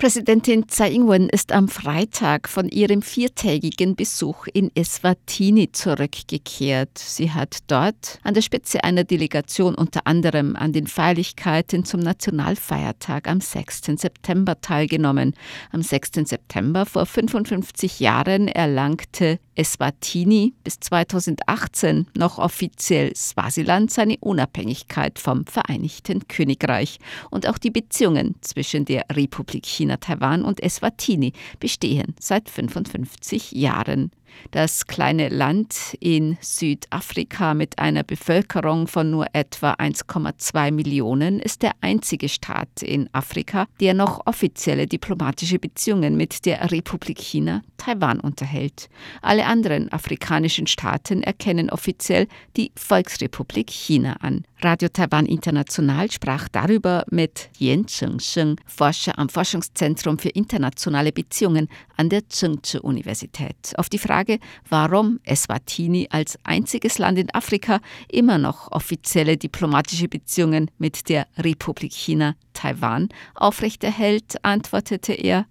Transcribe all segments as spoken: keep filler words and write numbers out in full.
Präsidentin Tsai Ing-wen ist am Freitag von ihrem viertägigen Besuch in Eswatini zurückgekehrt. Sie hat dort an der Spitze einer Delegation unter anderem an den Feierlichkeiten zum Nationalfeiertag am sechsten September teilgenommen. Am sechsten September vor fünfundfünfzig Jahren erlangte Eswatini bis zweitausendachtzehn noch offiziell Swasiland seine Unabhängigkeit vom Vereinigten Königreich. Und auch die Beziehungen zwischen der Republik China-Taiwan und Eswatini bestehen seit fünfundfünfzig Jahren. Das kleine Land in Südafrika mit einer Bevölkerung von nur etwa eins Komma zwei Millionen ist der einzige Staat in Afrika, der noch offizielle diplomatische Beziehungen mit der Republik China Taiwan unterhält. Alle anderen afrikanischen Staaten erkennen offiziell die Volksrepublik China an. Radio Taiwan International sprach darüber mit Yan Chengsheng, Forscher am Forschungszentrum für internationale Beziehungen an der Tsinghua-Universität. Auf die Frage, warum Eswatini als einziges Land in Afrika immer noch offizielle diplomatische Beziehungen mit der Republik China Taiwan aufrechterhält, antwortete er: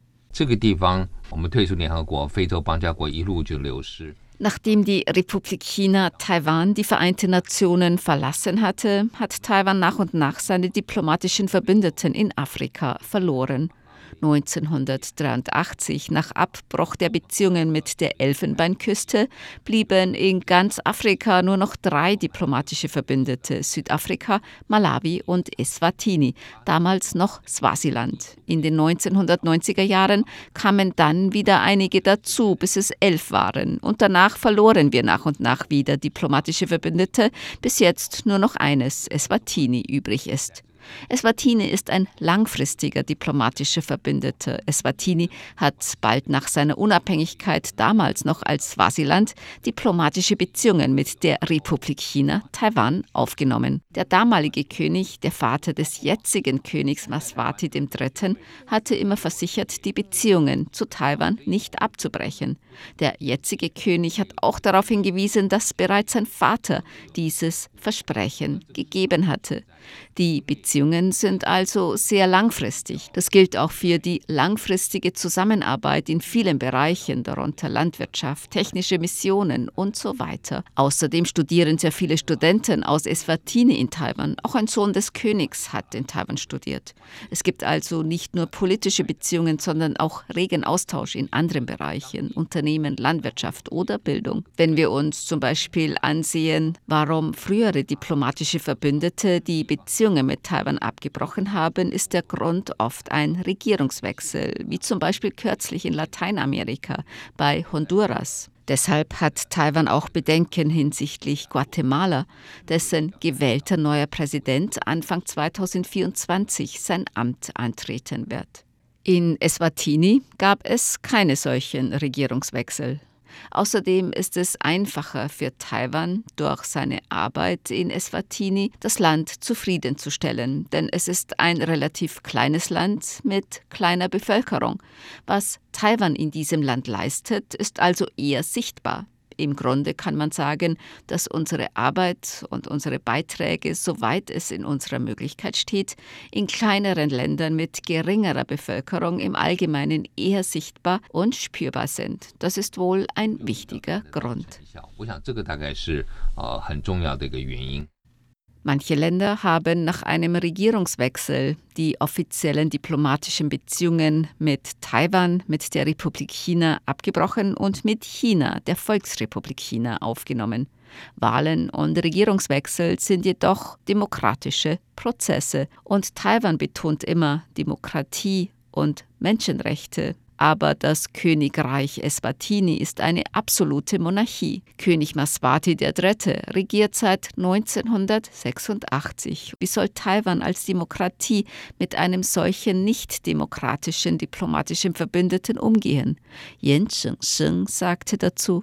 Nachdem die Republik China Taiwan die Vereinten Nationen verlassen hatte, hat Taiwan nach und nach seine diplomatischen Verbündeten in Afrika verloren. neunzehnhundertdreiundachtzig, nach Abbruch der Beziehungen mit der Elfenbeinküste, blieben in ganz Afrika nur noch drei diplomatische Verbündete: Südafrika, Malawi und Eswatini, damals noch Swasiland. In den neunzehnhundertneunziger Jahren kamen dann wieder einige dazu, bis es elf waren. Und danach verloren wir nach und nach wieder diplomatische Verbündete, bis jetzt nur noch eines, Eswatini, übrig ist. Eswatini ist ein langfristiger diplomatischer Verbündeter. Eswatini hat bald nach seiner Unabhängigkeit, damals noch als Swasiland, diplomatische Beziehungen mit der Republik China Taiwan aufgenommen. Der damalige König, der Vater des jetzigen Königs Mswati der Dritte., hatte immer versichert, die Beziehungen zu Taiwan nicht abzubrechen. Der jetzige König hat auch darauf hingewiesen, dass bereits sein Vater dieses Versprechen gegeben hatte. Die Beziehungen sind also sehr langfristig. Das gilt auch für die langfristige Zusammenarbeit in vielen Bereichen, darunter Landwirtschaft, technische Missionen und so weiter. Außerdem studieren sehr viele Studenten aus Eswatini in Taiwan. Auch ein Sohn des Königs hat in Taiwan studiert. Es gibt also nicht nur politische Beziehungen, sondern auch regen Austausch in anderen Bereichen, Unternehmen, Landwirtschaft oder Bildung. Wenn wir uns zum Beispiel ansehen, warum frühere diplomatische Verbündete die Beziehungen mit Taiwan abgebrochen haben, ist der Grund oft ein Regierungswechsel, wie zum Beispiel kürzlich in Lateinamerika bei Honduras. Deshalb hat Taiwan auch Bedenken hinsichtlich Guatemala, dessen gewählter neuer Präsident Anfang zweitausendvierundzwanzig sein Amt antreten wird. In Eswatini gab es keine solchen Regierungswechsel. Außerdem ist es einfacher für Taiwan, durch seine Arbeit in Eswatini das Land zufriedenzustellen, denn es ist ein relativ kleines Land mit kleiner Bevölkerung. Was Taiwan in diesem Land leistet, ist also eher sichtbar. Im Grunde kann man sagen, dass unsere Arbeit und unsere Beiträge, soweit es in unserer Möglichkeit steht, in kleineren Ländern mit geringerer Bevölkerung im Allgemeinen eher sichtbar und spürbar sind. Das ist wohl ein wichtiger Grund. Manche Länder haben nach einem Regierungswechsel die offiziellen diplomatischen Beziehungen mit Taiwan, mit der Republik China abgebrochen und mit China, der Volksrepublik China, aufgenommen. Wahlen und Regierungswechsel sind jedoch demokratische Prozesse und Taiwan betont immer Demokratie und Menschenrechte. Aber das Königreich Eswatini ist eine absolute Monarchie. König Mswati der Dritte regiert seit neunzehnhundertsechsundachtzig. Wie soll Taiwan als Demokratie mit einem solchen nicht-demokratischen diplomatischen Verbündeten umgehen? Yan Chengsheng sagte dazu: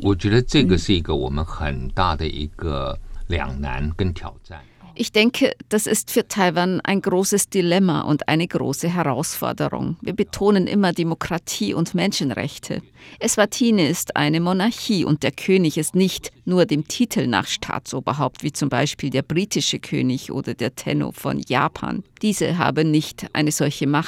Ich denke, das ist für Taiwan ein großes Dilemma und eine große Herausforderung. Wir betonen immer Demokratie und Menschenrechte. Eswatini ist eine Monarchie und der König ist nicht nur dem Titel nach Staatsoberhaupt, wie zum Beispiel der britische König oder der Tenno von Japan. Diese haben nicht eine solche Macht.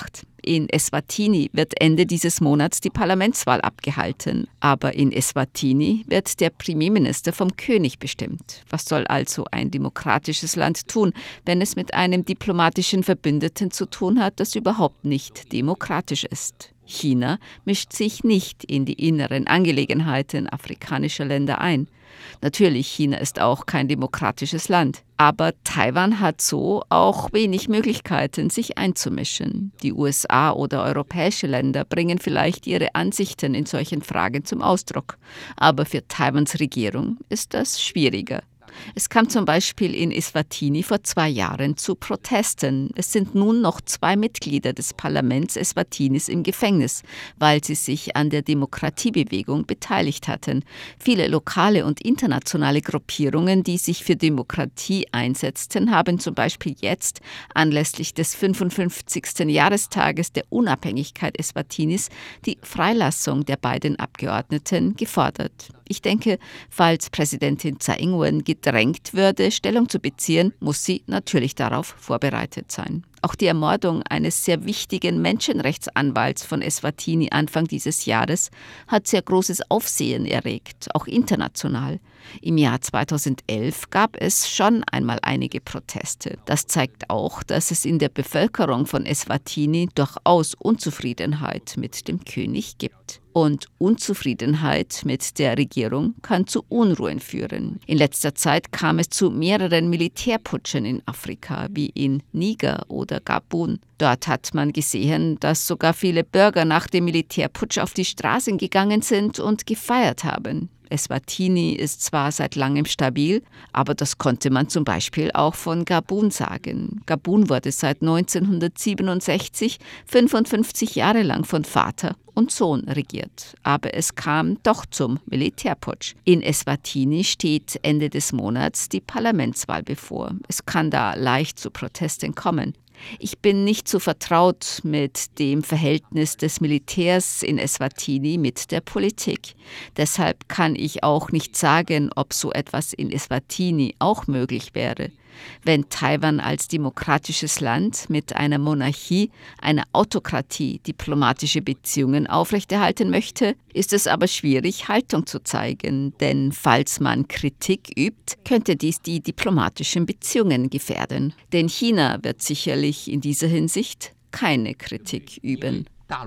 In Eswatini wird Ende dieses Monats die Parlamentswahl abgehalten. Aber in Eswatini wird der Premierminister vom König bestimmt. Was soll also ein demokratisches Land tun, wenn es mit einem diplomatischen Verbündeten zu tun hat, das überhaupt nicht demokratisch ist? China mischt sich nicht in die inneren Angelegenheiten afrikanischer Länder ein. Natürlich, China ist auch kein demokratisches Land. Aber Taiwan hat so auch wenig Möglichkeiten, sich einzumischen. Die U S A oder europäische Länder bringen vielleicht ihre Ansichten in solchen Fragen zum Ausdruck. Aber für Taiwans Regierung ist das schwieriger. Es kam zum Beispiel in Eswatini vor zwei Jahren zu Protesten. Es sind nun noch zwei Mitglieder des Parlaments Eswatinis im Gefängnis, weil sie sich an der Demokratiebewegung beteiligt hatten. Viele lokale und internationale Gruppierungen, die sich für Demokratie einsetzten, haben zum Beispiel jetzt anlässlich des fünfundfünfzigsten Jahrestages der Unabhängigkeit Eswatinis die Freilassung der beiden Abgeordneten gefordert. Ich denke, falls Präsidentin Tsai Ing-wen gedrängt würde, Stellung zu beziehen, muss sie natürlich darauf vorbereitet sein. Auch die Ermordung eines sehr wichtigen Menschenrechtsanwalts von Eswatini Anfang dieses Jahres hat sehr großes Aufsehen erregt, auch international. Im Jahr zweitausendelf gab es schon einmal einige Proteste. Das zeigt auch, dass es in der Bevölkerung von Eswatini durchaus Unzufriedenheit mit dem König gibt. Und Unzufriedenheit mit der Regierung kann zu Unruhen führen. In letzter Zeit kam es zu mehreren Militärputschen in Afrika, wie in Niger oder Gabun. Dort hat man gesehen, dass sogar viele Bürger nach dem Militärputsch auf die Straßen gegangen sind und gefeiert haben. Eswatini ist zwar seit langem stabil, aber das konnte man zum Beispiel auch von Gabun sagen. Gabun wurde seit neunzehnhundertsiebenundsechzig fünfundfünfzig Jahre lang von Vater und Sohn regiert. Aber es kam doch zum Militärputsch. In Eswatini steht Ende des Monats die Parlamentswahl bevor. Es kann da leicht zu Protesten kommen. Ich bin nicht so vertraut mit dem Verhältnis des Militärs in Eswatini mit der Politik. Deshalb kann ich auch nicht sagen, ob so etwas in Eswatini auch möglich wäre. Wenn Taiwan als demokratisches Land mit einer Monarchie, einer Autokratie diplomatische Beziehungen aufrechterhalten möchte, ist es aber schwierig, Haltung zu zeigen, denn falls man Kritik übt, könnte dies die diplomatischen Beziehungen gefährden. Denn China wird sicherlich in dieser Hinsicht keine Kritik üben.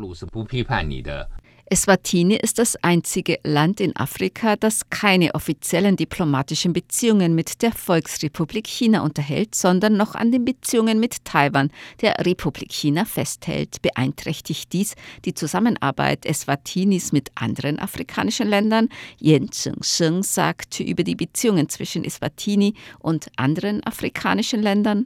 Eswatini ist das einzige Land in Afrika, das keine offiziellen diplomatischen Beziehungen mit der Volksrepublik China unterhält, sondern noch an den Beziehungen mit Taiwan, der Republik China, festhält. Beeinträchtigt dies die Zusammenarbeit Eswatinis mit anderen afrikanischen Ländern? Yan Zhengsheng sagt über die Beziehungen zwischen Eswatini und anderen afrikanischen Ländern: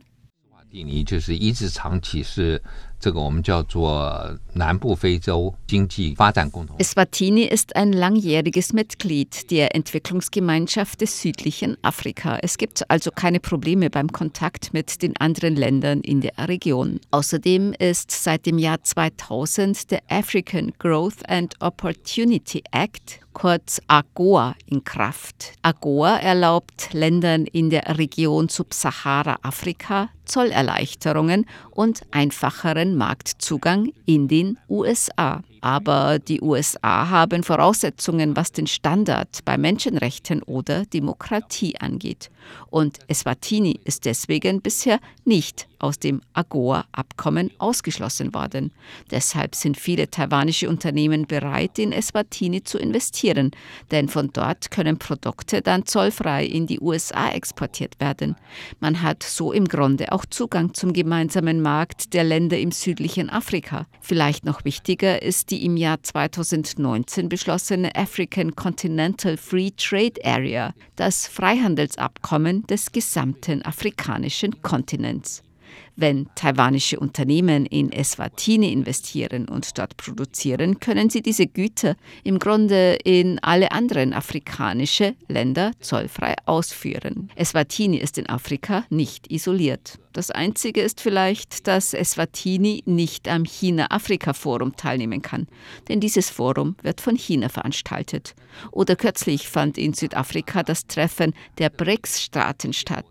Eswatini ist ein langjähriges Mitglied der Entwicklungsgemeinschaft des südlichen Afrika. Es gibt also keine Probleme beim Kontakt mit den anderen Ländern in der Region. Außerdem ist seit dem Jahr zweitausend der African Growth and Opportunity Act, kurz AGOA, in Kraft. AGOA erlaubt Ländern in der Region Subsahara-Afrika Zollerleichterungen und einfacheren Marktzugang in den U S A. Aber die U S A haben Voraussetzungen, was den Standard bei Menschenrechten oder Demokratie angeht. Und Eswatini ist deswegen bisher nicht aus dem AGOA-Abkommen ausgeschlossen worden. Deshalb sind viele taiwanische Unternehmen bereit, in Eswatini zu investieren, denn von dort können Produkte dann zollfrei in die U S A exportiert werden. Man hat so im Grunde auch Zugang zum gemeinsamen Markt der Länder im südlichen Afrika. Vielleicht noch wichtiger ist die im Jahr zweitausendneunzehn beschlossene African Continental Free Trade Area, das Freihandelsabkommen des gesamten afrikanischen Kontinents. Wenn taiwanische Unternehmen in Eswatini investieren und dort produzieren, können sie diese Güter im Grunde in alle anderen afrikanischen Länder zollfrei ausführen. Eswatini ist in Afrika nicht isoliert. Das Einzige ist vielleicht, dass Eswatini nicht am China-Afrika-Forum teilnehmen kann, denn dieses Forum wird von China veranstaltet. Oder kürzlich fand in Südafrika das Treffen der B R I C S-Staaten statt.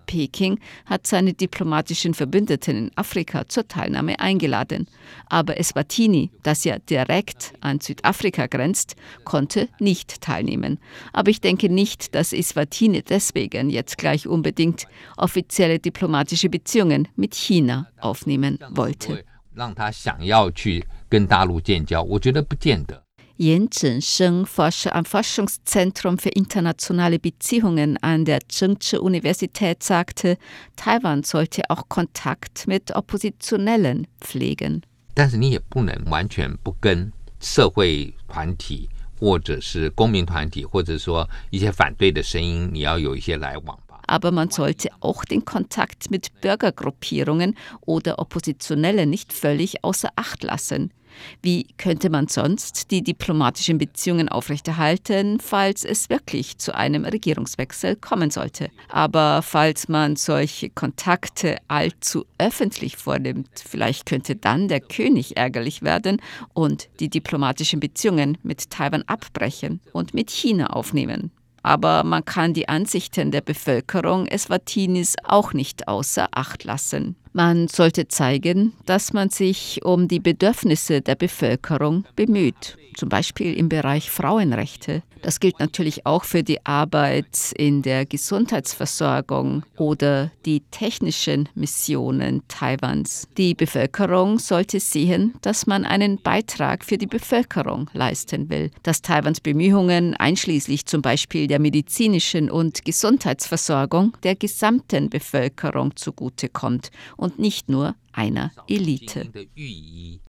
Peking hat seine diplomatischen Verbündeten in Afrika zur Teilnahme eingeladen. Aber Eswatini, das ja direkt an Südafrika grenzt, konnte nicht teilnehmen. Aber ich denke nicht, dass Eswatini deswegen jetzt gleich unbedingt offizielle diplomatische Beziehungen mit China aufnehmen wollte. Yen Zhensheng, Forscher am Forschungszentrum für internationale Beziehungen an der Tsinghua-Universität, sagte, Taiwan sollte auch Kontakt mit Oppositionellen pflegen. 但是你也不能完全不跟社会团体或者是公民团体或者说一些反对的声音，你要有一些来往。 Aber man sollte auch den Kontakt mit Bürgergruppierungen oder Oppositionellen nicht völlig außer Acht lassen. Wie könnte man sonst die diplomatischen Beziehungen aufrechterhalten, falls es wirklich zu einem Regierungswechsel kommen sollte? Aber falls man solche Kontakte allzu öffentlich vornimmt, vielleicht könnte dann der König ärgerlich werden und die diplomatischen Beziehungen mit Taiwan abbrechen und mit China aufnehmen. Aber man kann die Ansichten der Bevölkerung Eswatinis auch nicht außer Acht lassen. Man sollte zeigen, dass man sich um die Bedürfnisse der Bevölkerung bemüht, zum Beispiel im Bereich Frauenrechte. Das gilt natürlich auch für die Arbeit in der Gesundheitsversorgung oder die technischen Missionen Taiwans. Die Bevölkerung sollte sehen, dass man einen Beitrag für die Bevölkerung leisten will, dass Taiwans Bemühungen einschließlich zum Beispiel der medizinischen und Gesundheitsversorgung der gesamten Bevölkerung zugutekommt und nicht nur einer Elite.